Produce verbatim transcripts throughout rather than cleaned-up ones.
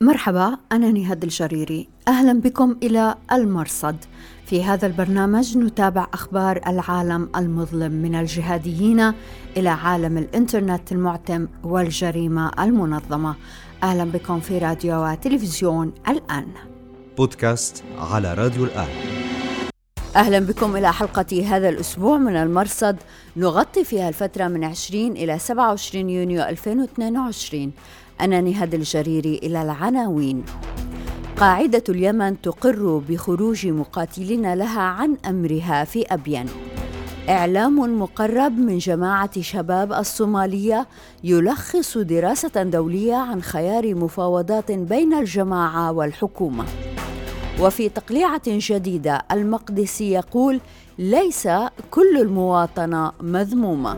مرحبا، أنا نهاد الجريري. أهلا بكم إلى المرصد. في هذا البرنامج نتابع أخبار العالم المظلم من الجهاديين إلى عالم الإنترنت المعتم والجريمة المنظمة. أهلا بكم في راديو وتلفزيون الآن. بودكاست على راديو الآن. أهلا بكم إلى حلقة هذا الأسبوع من المرصد، نغطي فيها الفترة من عشرين إلى سبعة وعشرين يونيو ألفين واثنين وعشرين. أنا نهاد الجريري. إلى العناوين. قاعدة اليمن تقر بخروج مقاتلين لها عن أمرها في أبين. إعلام مقرب من جماعة شباب الصومالية يلخص دراسة دولية عن خيار مفاوضات بين الجماعة والحكومة. وفي تقليعة جديدة المقدسي يقول: ليس كل المواطنة مذمومة.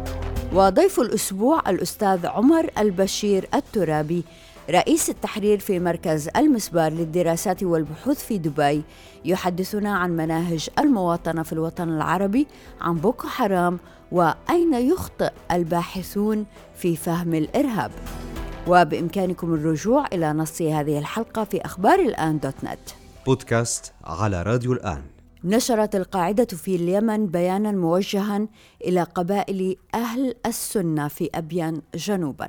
وضيف الأسبوع الأستاذ عمر البشير الترابي، رئيس التحرير في مركز المسبار للدراسات والبحوث في دبي، يحدثنا عن مناهج المواطنة في الوطن العربي، عن بوكو حرام، وأين يخطئ الباحثون في فهم الإرهاب. وبإمكانكم الرجوع إلى نص هذه الحلقة في أخبار الآن دوت نت. بودكاست على راديو الآن. نشرت القاعدة في اليمن بياناً موجهاً إلى قبائل أهل السنة في أبين جنوباً.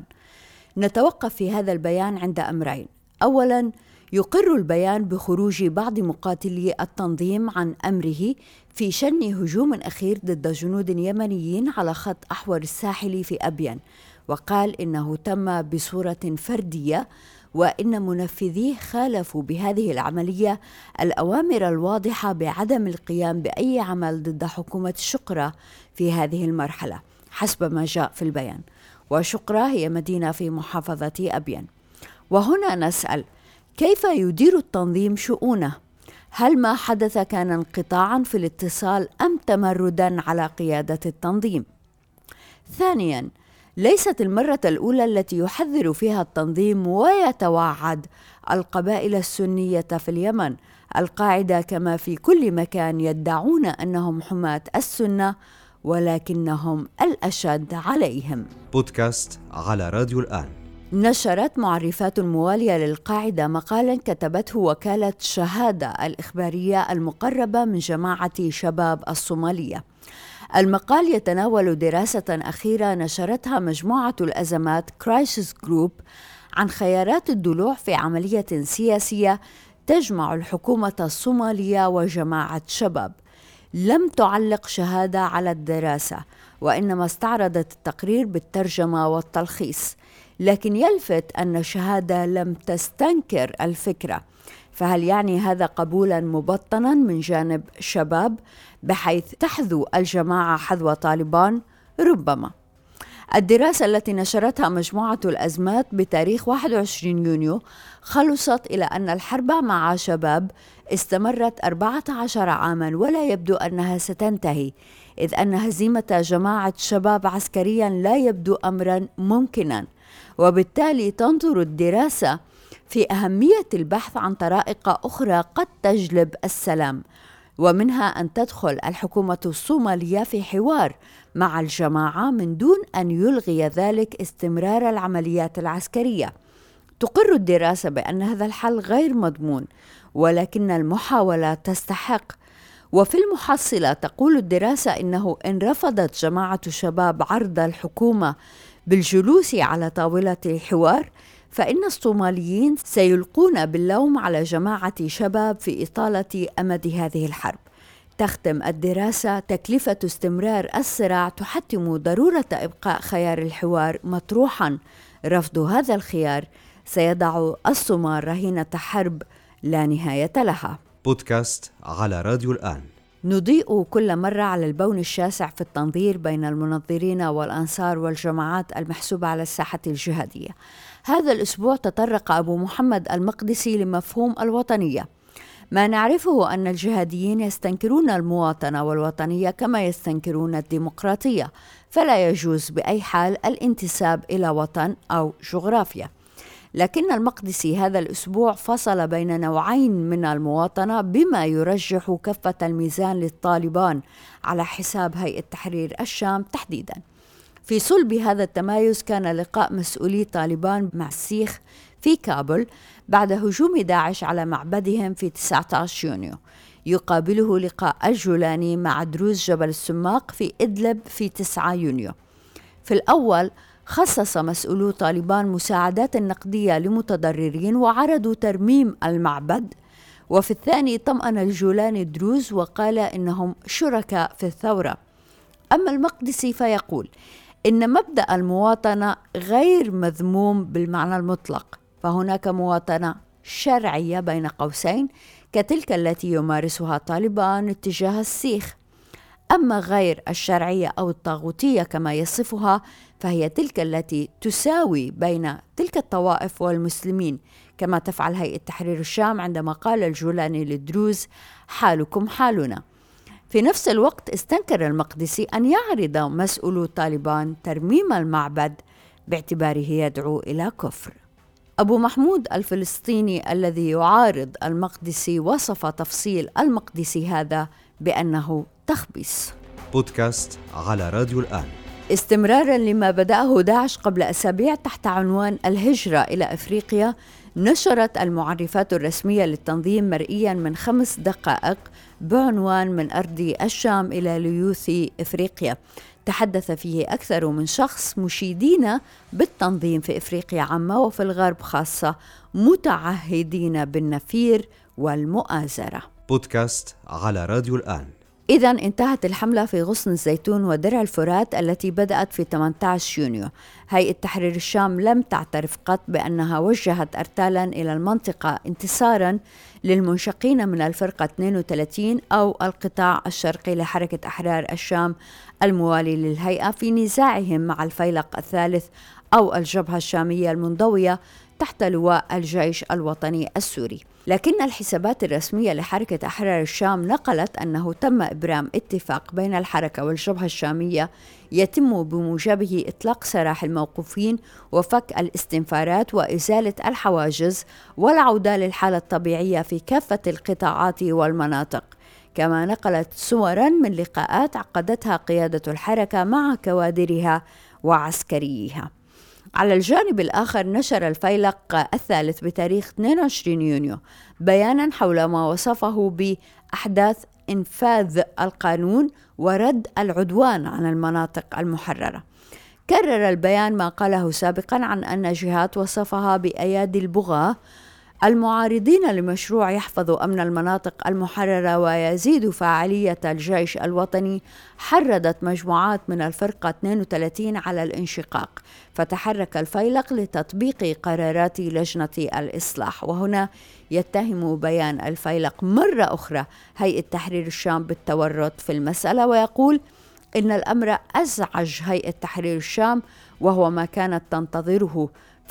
نتوقف في هذا البيان عند أمرين. أولاً، يقر البيان بخروج بعض مقاتلي التنظيم عن أمره في شن هجوم أخير ضد جنود يمنيين على خط أحور الساحل في أبين، وقال إنه تم بصورة فردية، وإن منفذيه خالفوا بهذه العملية الأوامر الواضحة بعدم القيام بأي عمل ضد حكومة شقرة في هذه المرحلة حسب ما جاء في البيان. وشقرة هي مدينة في محافظة أبين. وهنا نسأل: كيف يدير التنظيم شؤونه؟ هل ما حدث كان انقطاعا في الاتصال أم تمردا على قيادة التنظيم؟ ثانيا، ليست المرة الأولى التي يحذر فيها التنظيم ويتوعد القبائل السنية في اليمن. القاعدة كما في كل مكان يدعون أنهم حماة السنة، ولكنهم الأشد عليهم. بودكاست على راديو الآن. نشرت معرفات موالية للقاعدة مقالا كتبته وكالة شهادة الإخبارية المقربة من جماعة شباب الصومالية. المقال يتناول دراسة أخيرة نشرتها مجموعة الأزمات كرايسيس جروب عن خيارات الضلوع في عملية سياسية تجمع الحكومة الصومالية وجماعة شباب. لم تعلق شهادة على الدراسة، وإنما استعرضت التقرير بالترجمة والتلخيص، لكن يلفت أن شهادة لم تستنكر الفكرة. فهل يعني هذا قبولا مبطنا من جانب شباب بحيث تحذو الجماعة حذو طالبان؟ ربما. الدراسة التي نشرتها مجموعة الأزمات بتاريخ واحد وعشرين يونيو خلصت إلى أن الحرب مع شباب استمرت أربعة عشر عاما ولا يبدو أنها ستنتهي، إذ أن هزيمة جماعة شباب عسكريا لا يبدو أمرا ممكنا. وبالتالي تنظر الدراسة في أهمية البحث عن طرائق أخرى قد تجلب السلام، ومنها أن تدخل الحكومة الصومالية في حوار مع الجماعة من دون أن يلغي ذلك استمرار العمليات العسكرية. تقر الدراسة بأن هذا الحل غير مضمون، ولكن المحاولة تستحق. وفي المحصلة تقول الدراسة إنه إن رفضت جماعة شباب عرض الحكومة بالجلوس على طاولة حوار، فإن الصوماليين سيلقون باللوم على جماعة شباب في إطالة أمد هذه الحرب. تختم الدراسة: تكلفة استمرار الصراع تحتم ضرورة إبقاء خيار الحوار مطروحا. رفض هذا الخيار سيضع الصومال رهينة حرب لا نهاية لها. بودكاست على راديو الآن. نضيء كل مرة على البون الشاسع في التنظير بين المنظرين والأنصار والجماعات المحسوبة على الساحة الجهادية. هذا الأسبوع تطرق أبو محمد المقدسي لمفهوم الوطنية. ما نعرفه أن الجهاديين يستنكرون المواطنة والوطنية كما يستنكرون الديمقراطية، فلا يجوز بأي حال الانتساب إلى وطن أو جغرافيا. لكن المقدسي هذا الأسبوع فصل بين نوعين من المواطنة بما يرجح كفة الميزان للطالبان على حساب هيئة تحرير الشام تحديدا. في صلب هذا التمايز كان لقاء مسؤولي طالبان مع السيخ في كابول بعد هجوم داعش على معبدهم في تسعة عشر يونيو. يقابله لقاء الجولاني مع دروز جبل السماق في إدلب في تسعة يونيو. في الأول خصص مسؤولو طالبان مساعدات نقدية لمتضررين وعرضوا ترميم المعبد، وفي الثاني طمأن الجولاني دروز وقال إنهم شركاء في الثورة. أما المقدسي فيقول إن مبدأ المواطنة غير مذموم بالمعنى المطلق، فهناك مواطنة شرعية بين قوسين كتلك التي يمارسها طالبان اتجاه السيخ، أما غير الشرعية أو الطاغوتية كما يصفها فهي تلك التي تساوي بين تلك الطوائف والمسلمين، كما تفعل هيئة تحرير الشام عندما قال الجولاني للدروز حالكم حالنا. في نفس الوقت استنكر المقدسي أن يعرض مسؤولو طالبان ترميم المعبد باعتباره يدعو إلى كفر. أبو محمود الفلسطيني الذي يعارض المقدسي وصف تفصيل المقدسي هذا بأنه تخبيص. بودكاست على راديو الآن. استمراراً لما بدأه داعش قبل أسابيع تحت عنوان الهجرة إلى أفريقيا، نشرت المعرفات الرسمية للتنظيم مرئياً من خمس دقائق بعنوان من أرض الشام إلى ليوثي إفريقيا، تحدث فيه أكثر من شخص مشيدين بالتنظيم في إفريقيا عامة وفي الغرب خاصة، متعهدين بالنفير والمؤازرة. بودكاست على راديو الآن. إذا انتهت الحملة في غصن الزيتون ودرع الفرات التي بدأت في ثمانية عشر يونيو. هيئة تحرير الشام لم تعترف قط بأنها وجهت أرتالا إلى المنطقة انتصارا للمنشقين من الفرقة اثنين وثلاثين أو القطاع الشرقي لحركة أحرار الشام الموالي للهيئة في نزاعهم مع الفيلق الثالث أو الجبهة الشامية المنضوية تحت لواء الجيش الوطني السوري. لكن الحسابات الرسمية لحركة أحرار الشام نقلت أنه تم إبرام اتفاق بين الحركة والجبهة الشامية يتم بموجبه إطلاق سراح الموقوفين وفك الاستنفارات وإزالة الحواجز والعودة للحالة الطبيعية في كافة القطاعات والمناطق. كما نقلت صوراً من لقاءات عقدتها قيادة الحركة مع كوادرها وعسكريها. على الجانب الآخر نشر الفيلق الثالث بتاريخ اثنين وعشرين يونيو بياناً حول ما وصفه بأحداث إنفاذ القانون ورد العدوان عن المناطق المحررة. كرر البيان ما قاله سابقاً عن أن جهات وصفها بأيادي البغاة المعارضين لمشروع يحفظ أمن المناطق المحررة ويزيد فاعلية الجيش الوطني حرضت مجموعات من الفرقة اثنين وثلاثين على الانشقاق، فتحرك الفيلق لتطبيق قرارات لجنة الإصلاح. وهنا يتهم بيان الفيلق مرة أخرى هيئة تحرير الشام بالتورط في المسألة، ويقول إن الأمر أزعج هيئة تحرير الشام وهو ما كانت تنتظره،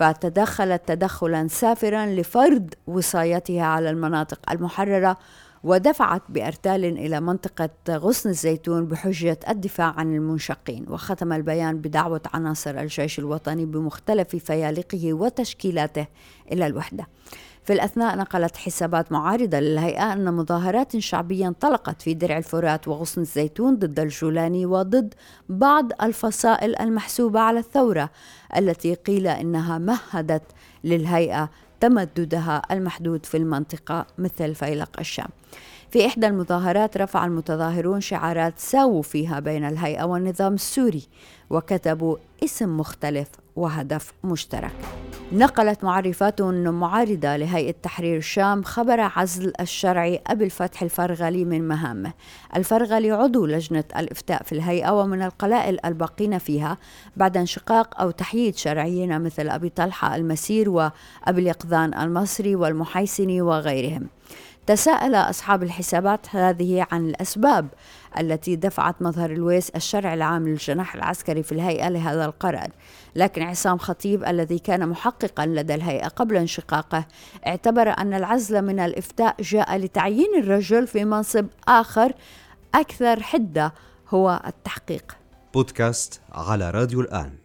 فتدخلت تدخلا سافرا لفرض وصايتها على المناطق المحررة ودفعت بأرتال إلى منطقة غصن الزيتون بحجة الدفاع عن المنشقين. وختم البيان بدعوة عناصر الجيش الوطني بمختلف فيالقه وتشكيلاته إلى الوحدة. في الأثناء نقلت حسابات معارضة للهيئة أن مظاهرات شعبية انطلقت في درع الفرات وغصن الزيتون ضد الجولاني وضد بعض الفصائل المحسوبة على الثورة التي قيل إنها مهدت للهيئة تمددها المحدود في المنطقة مثل فيلق الشام. في إحدى المظاهرات رفع المتظاهرون شعارات ساووا فيها بين الهيئة والنظام السوري وكتبوا اسم مختلف وهدف مشترك. نقلت معرفات معارضة لهيئة تحرير الشام خبر عزل الشرعي أبي الفتح الفرغلي من مهامه. الفرغلي عضو لجنة الإفتاء في الهيئة ومن القلائل الباقين فيها بعد انشقاق أو تحييد شرعيين مثل أبي طلحة المسير وأبي اليقظان المصري والمحيسني وغيرهم. تساءل أصحاب الحسابات هذه عن الأسباب التي دفعت مظهر الويس الشرع العام للجناح العسكري في الهيئة لهذا القرار، لكن عصام خطيب الذي كان محققا لدى الهيئة قبل انشقاقه اعتبر أن العزل من الإفتاء جاء لتعيين الرجل في منصب آخر أكثر حدة هو التحقيق. بودكاست على راديو الآن.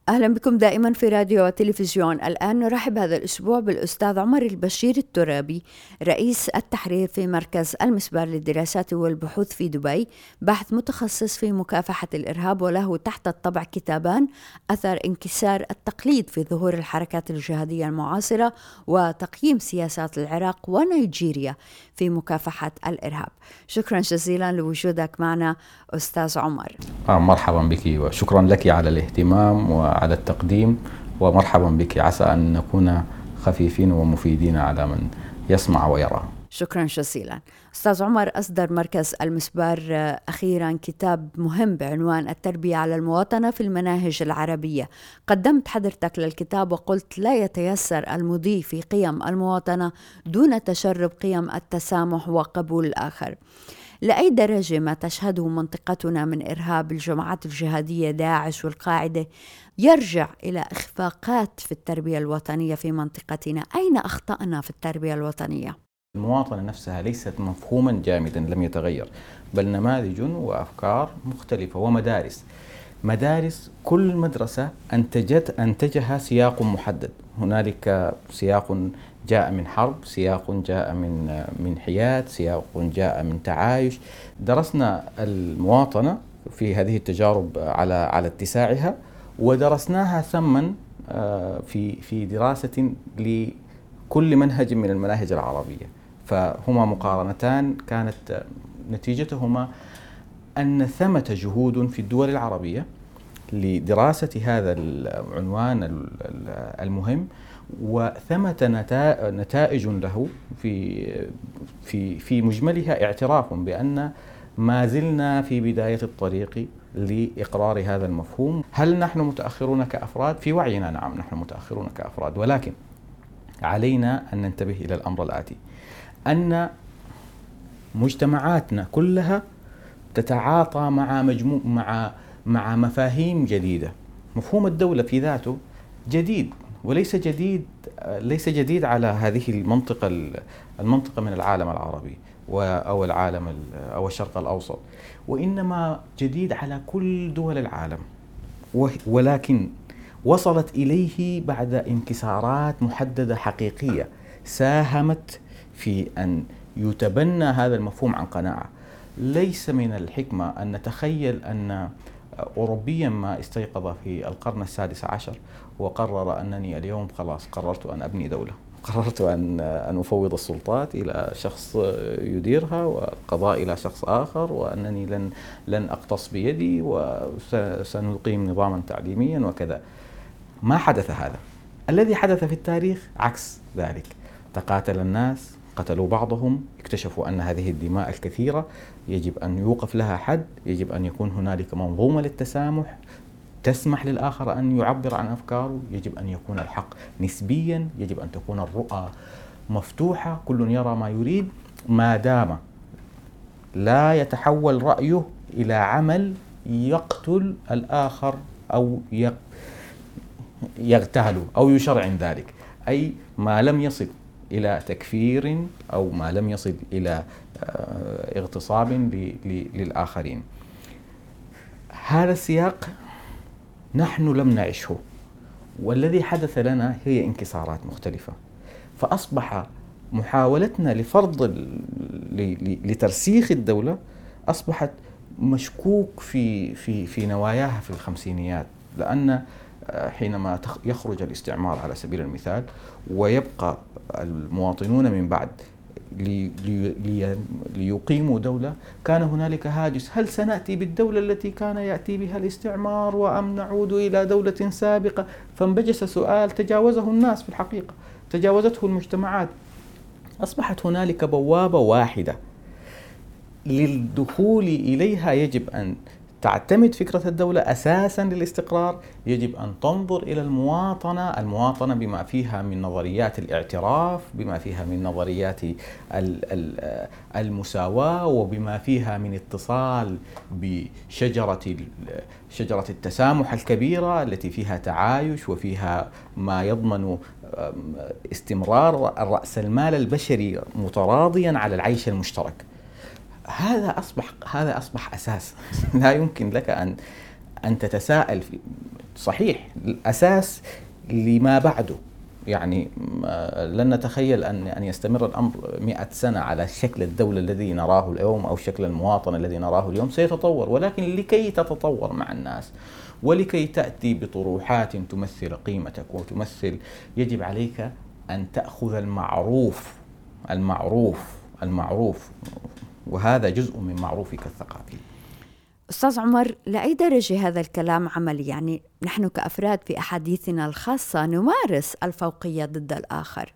أهلا بكم دائما في راديو وتلفزيون الآن. نرحب هذا الأسبوع بالأستاذ عمر البشير الترابي، رئيس التحرير في مركز المسبار للدراسات والبحوث في دبي، باحث متخصص في مكافحة الإرهاب، وله تحت الطبع كتابان: أثر انكسار التقليد في ظهور الحركات الجهادية المعاصرة، وتقييم سياسات العراق ونيجيريا في مكافحة الإرهاب. شكرا جزيلا لوجودك معنا أستاذ عمر. آه مرحبا بك، وشكرا لك على الاهتمام وعلى التقديم، ومرحبا بك. عسى أن نكون خفيفين ومفيدين على من يسمع ويرى. شكرا جزيلا. أستاذ عمر، أصدر مركز المسبار أخيرا كتاب مهم بعنوان التربية على المواطنة في المناهج العربية. قدمت حضرتك للكتاب وقلت: لا يتيسر المضي في قيم المواطنة دون تشرب قيم التسامح وقبول الآخر. لأي درجة ما تشهده منطقتنا من إرهاب الجماعات الجهادية داعش والقاعدة يرجع إلى إخفاقات في التربية الوطنية في منطقتنا؟ أين أخطأنا في التربية الوطنية؟ المواطنة نفسها ليست مفهوما جامدا لم يتغير، بل نماذج وأفكار مختلفة ومدارس. مدارس كل مدرسة أنتجت أنتجها سياق محدد. هنالك سياق جاء من حرب، سياق جاء من من حياد، سياق جاء من تعايش. درسنا المواطنة في هذه التجارب على على اتساعها، ودرسناها ثمن في في دراسة لكل منهج من المناهج العربية. فهما مقارنتان كانت نتيجتهما أن ثمة جهود في الدول العربية لدراسة هذا العنوان المهم، وثمة نتائج له في في في مجملها اعتراف بأن ما زلنا في بداية الطريق لإقرار هذا المفهوم. هل نحن متأخرون كأفراد؟ في وعينا نعم نحن متأخرون كأفراد، ولكن علينا أن ننتبه إلى الأمر الآتي: أن مجتمعاتنا كلها تتعاطى مع مجموع مع مع مفاهيم جديدة. مفهوم الدولة في ذاته جديد، وليس جديد ليس جديد على هذه المنطقة المنطقة من العالم العربي أو العالم أو الشرق الأوسط، وإنما جديد على كل دول العالم، ولكن وصلت إليه بعد انكسارات محددة حقيقية ساهمت في أن يتبنى هذا المفهوم عن قناعة. ليس من الحكمة أن نتخيل أن أوروبيا ما استيقظ في القرن السادس عشر وقرر أنني اليوم خلاص قررت أن أبني دولة، قررت أن أن أفوض السلطات إلى شخص يديرها والقضاء إلى شخص آخر، وأنني لن لن أقتص بيدي وسنقيم نظاما تعليميا وكذا. ما حدث هذا. الذي حدث في التاريخ عكس ذلك. تقاتل الناس، قتلوا بعضهم، اكتشفوا أن هذه الدماء الكثيرة يجب أن يوقف لها حد، يجب أن يكون هنالك منظومة للتسامح تسمح للآخر أن يعبر عن أفكاره، يجب أن يكون الحق نسبيا، يجب أن تكون الرؤى مفتوحة، كل يرى ما يريد، ما دام لا يتحول رأيه إلى عمل يقتل الآخر أو يغتاله أو يشرعن ذلك، أي ما لم يصل إلى تكفير أو ما لم يصل إلى اغتصاب للآخرين. هذا السياق نحن لم نعشه، والذي حدث لنا هي انكسارات مختلفة. فأصبح محاولتنا لفرض لترسيخ الدولة أصبحت مشكوك في في في نواياها في الخمسينيات، لأن حينما يخرج الاستعمار على سبيل المثال ويبقى المواطنون من بعد لي لي ليقيموا دولة، كان هنالك هاجس: هل سنأتي بالدولة التي كان يأتي بها الاستعمار وأم نعود إلى دولة سابقة؟ فانبجس سؤال تجاوزه الناس في الحقيقة، تجاوزته المجتمعات. أصبحت هنالك بوابة واحدة للدخول إليها. يجب أن تعتمد فكرة الدولة أساساً للاستقرار، يجب أن تنظر إلى المواطنة المواطنة بما فيها من نظريات الاعتراف، بما فيها من نظريات المساواة، وبما فيها من اتصال بشجرة شجرة التسامح الكبيرة التي فيها تعايش وفيها ما يضمن استمرار الرأسمال البشري متراضياً على العيش المشترك. هذا أصبح هذا أصبح أساس. لا يمكن لك أن أن تتساءل في صحيح الأساس لما بعده. يعني لن نتخيل أن أن يستمر الأمر مئة سنة على شكل الدولة الذي نراه اليوم أو شكل المواطن الذي نراه اليوم، سيتطور، ولكن لكي تتطور مع الناس ولكي تأتي بطروحات تمثل قيمتك وتمثل، يجب عليك أن تأخذ المعروف المعروف المعروف وهذا جزء من معروفك الثقافي. أستاذ عمر، لأي درجة هذا الكلام عملي؟ يعني نحن كأفراد في أحاديثنا الخاصة نمارس الفوقية ضد الآخر.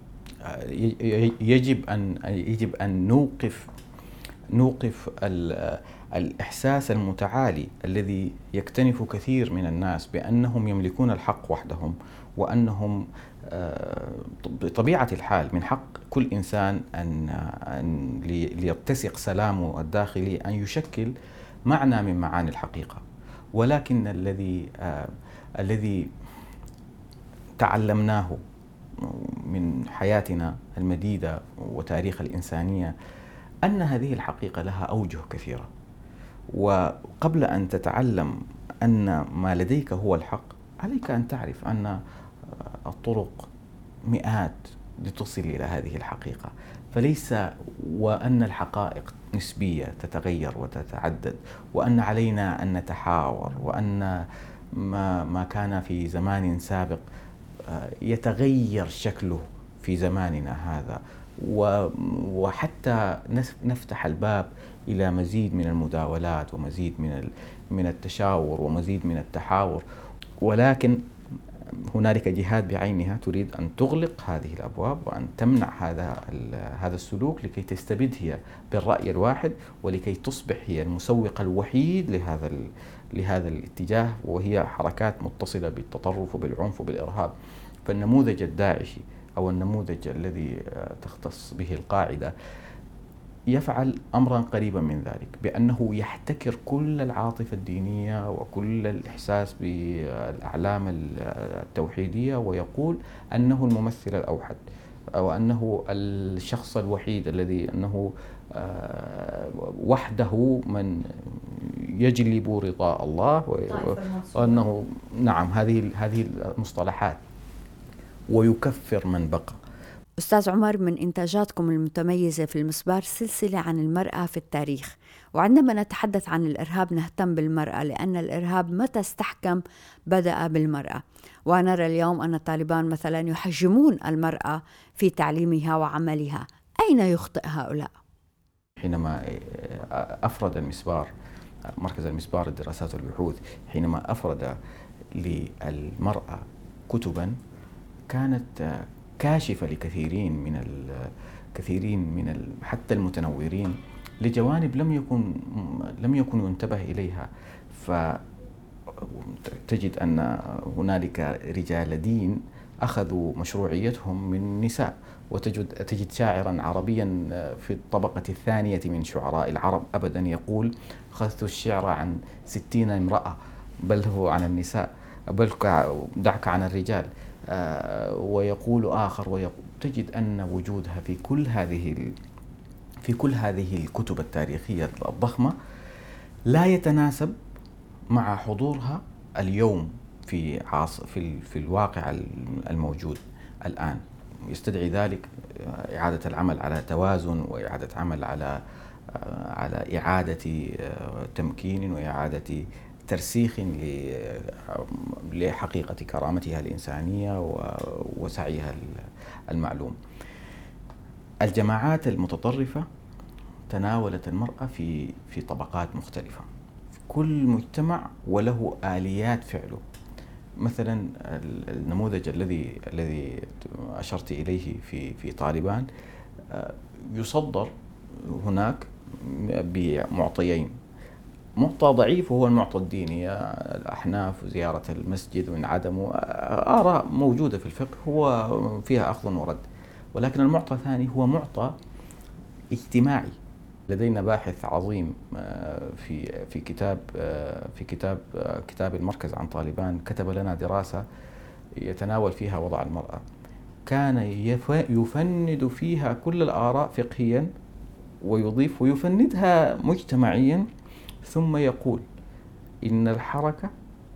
يجب أن يجب أن نوقف نوقف الإحساس المتعالي الذي يكتنف كثير من الناس بأنهم يملكون الحق وحدهم، وأنهم بطبيعة الحال من حق كل إنسان أن أن ليتسق سلامه الداخلي أن يشكل معنى من معاني الحقيقة. ولكن الذي آه الذي تعلمناه من حياتنا المديدة وتاريخ الإنسانية أن هذه الحقيقة لها أوجه كثيرة، وقبل أن تتعلم أن ما لديك هو الحق عليك أن تعرف أن الطرق مئات لتصل إلى هذه الحقيقة، فليس وأن الحقائق نسبية تتغير وتتعدد، وأن علينا أن نتحاور، وأن ما ما كان في زمان سابق يتغير شكله في زماننا هذا، وحتى نفتح الباب إلى مزيد من المداولات ومزيد من من التشاور ومزيد من التحاور. ولكن هنالك جهات بعينها تريد أن تغلق هذه الأبواب وأن تمنع هذا هذا السلوك لكي تستبد هي بالرأي الواحد، ولكي تصبح هي المسوق الوحيد لهذا لهذا الاتجاه، وهي حركات متصلة بالتطرف وبالعنف وبالإرهاب. فالنموذج الداعشي أو النموذج الذي تختص به القاعدة يفعل أمرا قريبا من ذلك، بأنه يحتكر كل العاطفة الدينية وكل الإحساس بالأعلام التوحيدية، ويقول أنه الممثل الأوحد أو أنه الشخص الوحيد الذي أنه وحده من يجلب رضا الله، وأنه نعم هذه هذه المصطلحات، ويكفر من بقى. أستاذ عمر، من إنتاجاتكم المتميزة في المسبار سلسلة عن المرأة في التاريخ، وعندما نتحدث عن الإرهاب نهتم بالمرأة لأن الإرهاب متى استحكم بدأ بالمرأة، ونرى اليوم أن الطالبان مثلا يحجمون المرأة في تعليمها وعملها. أين يخطئ هؤلاء؟ حينما أفرد المسبار، مركز المسبار للدراسات والبحوث، حينما أفرد للمرأة كتبا كانت كاشفة لكثيرين من الكثيرين من حتى المتنورين لجوانب لم يكن لم يكن ينتبه إليها. فتجد أن هنالك رجال دين أخذوا مشروعيتهم من نساء، وتجد تجد شاعرا عربيا في الطبقة الثانية من شعراء العرب أبدا يقول: أخذت الشعر عن ستين امرأة، بل هو عن النساء، بل دعك عن الرجال. آه ويقول آخر، ويقول تجد أن وجودها في كل هذه في كل هذه الكتب التاريخية الضخمة لا يتناسب مع حضورها اليوم في عاص في في الواقع الموجود الآن. يستدعي ذلك إعادة العمل على توازن، وإعادة عمل على على إعادة تمكين وإعادة ترسيخ لحقيقة كرامتها الإنسانية وسعيها المعلوم. الجماعات المتطرفة تناولت المرأة في في طبقات مختلفة، في كل مجتمع وله آليات فعله. مثلا النموذج الذي الذي أشرت إليه في في طالبان يصدر هناك بمعطيين: معطى ضعيف وهو المعطى الديني، الأحناف وزيارة المسجد ومن عدمه، آراء موجودة في الفقه هو فيها أخذ ورد. ولكن المعطى الثاني هو معطى اجتماعي. لدينا باحث عظيم في في كتاب في كتاب كتاب المركز عن طالبان كتب لنا دراسة يتناول فيها وضع المرأة، كان يفند فيها كل الآراء فقهيا ويضيف ويفندها مجتمعيا، ثم يقول إن الحركة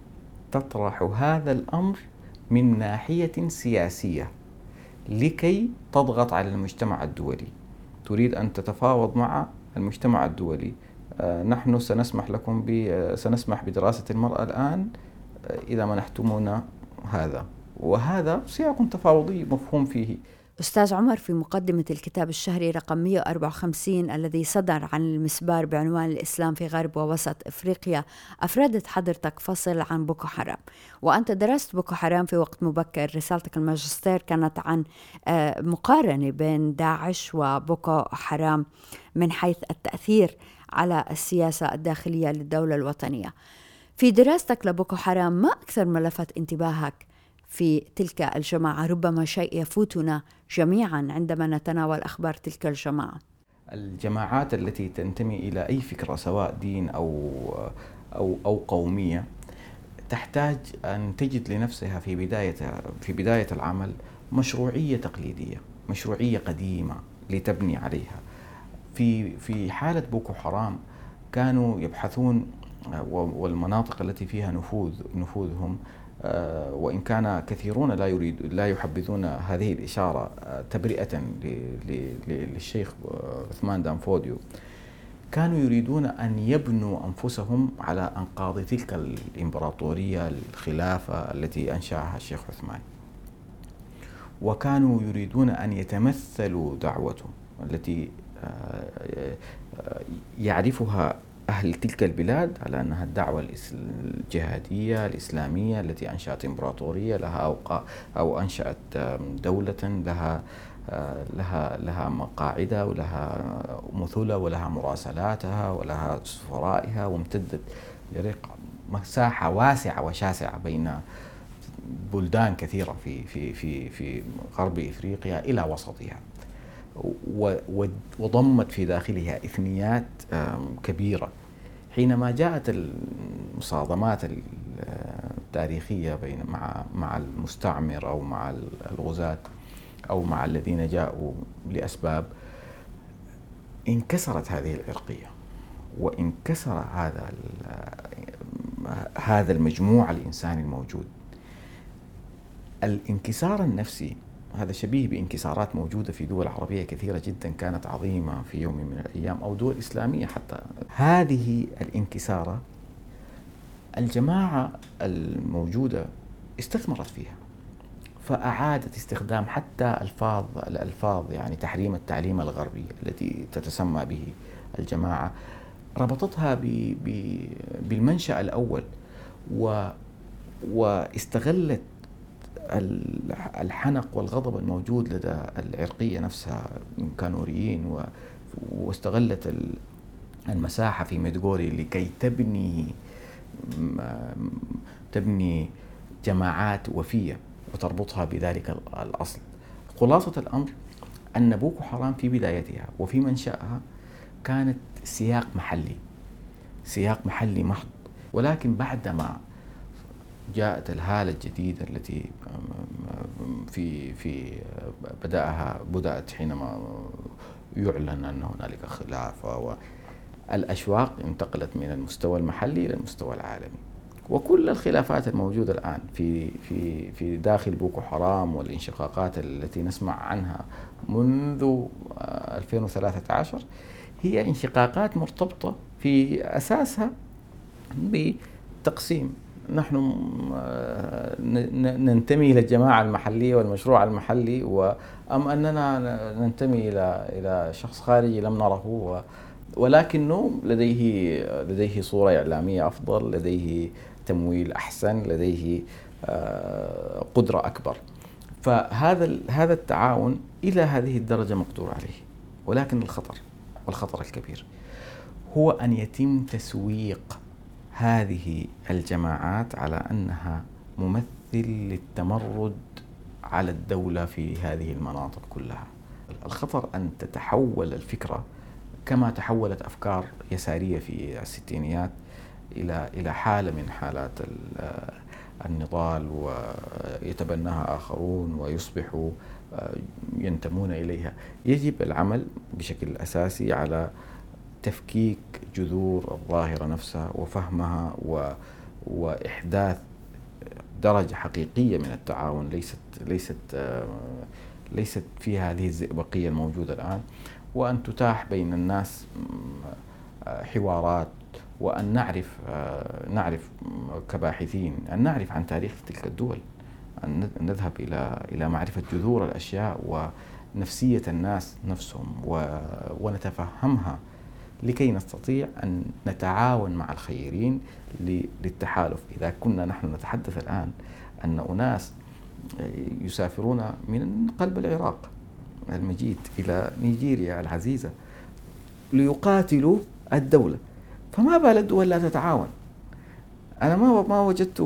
تطرح هذا الأمر من ناحية سياسية لكي تضغط على المجتمع الدولي. تريد أن تتفاوض مع المجتمع الدولي، نحن سنسمح لكم ب سنسمح بدراسة المرأة الآن إذا منحتمونا هذا، وهذا سياق تفاوضي مفهوم فيه. أستاذ عمر، في مقدمة الكتاب الشهري رقم مئة وأربعة وخمسين الذي صدر عن المسبار بعنوان الإسلام في غرب ووسط إفريقيا، أفردت حضرتك فصل عن بوكو حرام، وأنت درست بوكو حرام في وقت مبكر. رسالتك الماجستير كانت عن مقارنة بين داعش وبوكو حرام من حيث التأثير على السياسة الداخلية للدولة الوطنية. في دراستك لبوكو حرام، ما أكثر ما لفت انتباهك في تلك الجماعة؟ ربما شيء يفوتنا جميعا عندما نتناول أخبار تلك الجماعة. الجماعات التي تنتمي إلى أي فكرة سواء دين أو أو أو قومية تحتاج أن تجد لنفسها في بداية في بداية العمل مشروعية تقليدية، مشروعية قديمة لتبني عليها. في في حالة بوكو حرام كانوا يبحثون، والمناطق التي فيها نفوذ نفوذهم، وإن كان كثيرون لا يريد لا يحبذون هذه الإشارة تبرئة للشيخ عثمان دانفوديو، كانوا يريدون أن يبنوا أنفسهم على أنقاض تلك الإمبراطورية الخلافة التي أنشأها الشيخ عثمان، وكانوا يريدون أن يتمثلوا دعوتهم التي يعرفها أهل تلك البلاد على أنها الدعوة الجهادية الإسلامية التي أنشأت إمبراطورية لها أو أنشأت دولة لها لها لها مقاعدها ولها مثلها ولها مراسلاتها ولها سفرائها، وامتدت لرق مساحة واسعة وشاسعة بين بلدان كثيرة في في في في غرب إفريقيا إلى وسطها، وضمت في داخلها إثنيات كبيرة. حينما جاءت المصادمات التاريخية بين مع مع المستعمر أو مع الغزاة أو مع الذين جاءوا لأسباب، انكسرت هذه العرقية وانكسر هذا هذا المجموع الإنساني الموجود. الانكسار النفسي هذا شبيه بانكسارات موجودة في دول عربية كثيرة جدا كانت عظيمة في يوم من الأيام، أو دول إسلامية حتى. هذه الانكسارة الجماعة الموجودة استثمرت فيها، فأعادت استخدام حتى ألفاظ الألفاظ يعني تحريم التعليم الغربي التي تتسمى به الجماعة، ربطتها ب ب بالمنشأ الأول، و واستغلت الحنق والغضب الموجود لدى العرقية نفسها من كانوريين، واستغلت المساحة في ميدغوري لكي تبني تبني جماعات وفية وتربطها بذلك الأصل. خلاصة الأمر أن بوكو حرام في بدايتها وفي منشأها كانت سياق محلي سياق محلي محض، ولكن بعدما جاءت الهالة الجديدة التي في في بدأها بدأت حينما يعلن أن هنالك خلافة، والأشواق انتقلت من المستوى المحلي إلى المستوى العالمي. وكل الخلافات الموجودة الآن في في في داخل بوكو حرام والانشقاقات التي نسمع عنها منذ ألفين وثلاثة عشر هي انشقاقات مرتبطة في أساسها بتقسيم. نحن ننتمي إلى الجماعة المحلية والمشروع المحلي، وأم أننا ننتمي إلى إلى شخص خارجي لم نره، ولكنه لديه لديه صورة إعلامية أفضل، لديه تمويل أحسن، لديه قدرة أكبر. فهذا هذا التعاون إلى هذه الدرجة مقدور عليه، ولكن الخطر والخطر الكبير هو أن يتم تسويق هذه الجماعات على أنها ممثل للتمرد على الدولة في هذه المناطق كلها. الخطر أن تتحول الفكرة كما تحولت أفكار يسارية في الستينيات إلى إلى حالة من حالات النضال، ويتبناها آخرون ويصبحوا ينتمون إليها. يجب العمل بشكل أساسي على تفكيك جذور الظاهرة نفسها وفهمها و... وإحداث درجة حقيقية من التعاون، ليست ليست ليست فيها هذه الزئبقية الموجودة الآن، وأن تتاح بين الناس حوارات، وأن نعرف نعرف كباحثين أن نعرف عن تاريخ تلك الدول، أن نذهب إلى إلى معرفة جذور الأشياء ونفسية الناس نفسهم ونتفهمها، لكي نستطيع أن نتعاون مع الخيرين للتحالف. إذا كنا نحن نتحدث الآن أن أناس يسافرون من قلب العراق المجيد إلى نيجيريا العزيزة ليقاتلوا الدولة، فما بال الدول لا تتعاون؟ أنا ما ما وجدت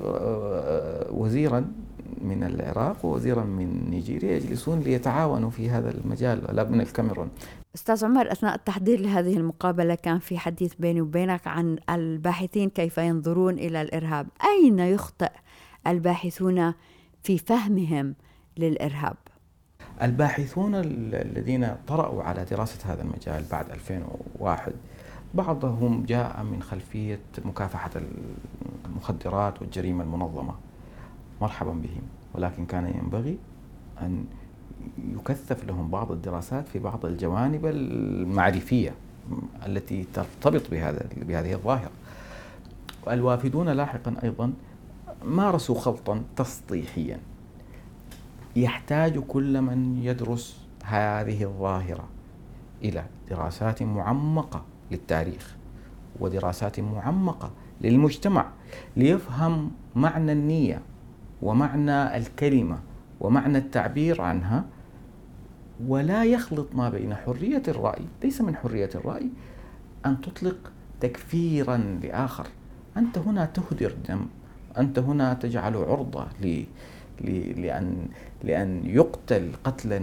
وزيرا من العراق ووزيرا من نيجيريا يجلسون ليتعاونوا في هذا المجال، لا من الكاميرون. أستاذ عمر، أثناء التحضير لهذه المقابلة كان في حديث بيني وبينك عن الباحثين كيف ينظرون إلى الإرهاب. أين يخطئ الباحثون في فهمهم للإرهاب؟ الباحثون الذين طرأوا على دراسة هذا المجال بعد ألفين وواحد بعضهم جاء من خلفية مكافحة المخدرات والجريمة المنظمة، مرحبا بهم، ولكن كان ينبغي أن يكثف لهم بعض الدراسات في بعض الجوانب المعرفية التي ترتبط بهذا بهذه الظاهرة. والوافدون لاحقا أيضا مارسوا خلطا تسطيحيا. يحتاج كل من يدرس هذه الظاهرة إلى دراسات معمقة للتاريخ ودراسات معمقة للمجتمع ليفهم معنى النية ومعنى الكلمة ومعنى التعبير عنها، ولا يخلط ما بين حرية الرأي. ليس من حرية الرأي أن تطلق تكفيرا لآخر. أنت هنا تهدر دم، أنت هنا تجعل عرضة ل... ل... لأن... لأن يقتل قتلا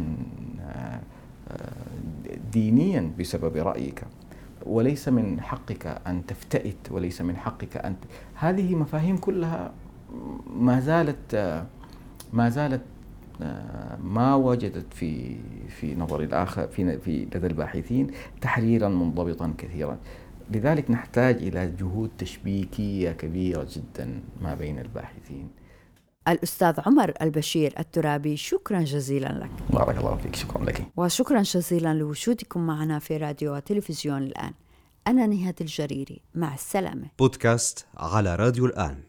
دينيا بسبب رأيك، وليس من حقك أن تفتئت، وليس من حقك أن هذه مفاهيم كلها ما زالت ما زالت ما وجدت في في نظر الآخر في في لدى الباحثين تحريرا منضبطا كثيرا. لذلك نحتاج إلى جهود تشبيكية كبيرة جدا ما بين الباحثين. الأستاذ عمر البشير الترابي، شكرا جزيلا لك. بارك الله فيك. شكرا لك. وشكرا جزيلا لوجودكم معنا في راديو وتلفزيون الآن. أنا نهاد الجريري، مع السلامة. بودكاست على راديو الآن.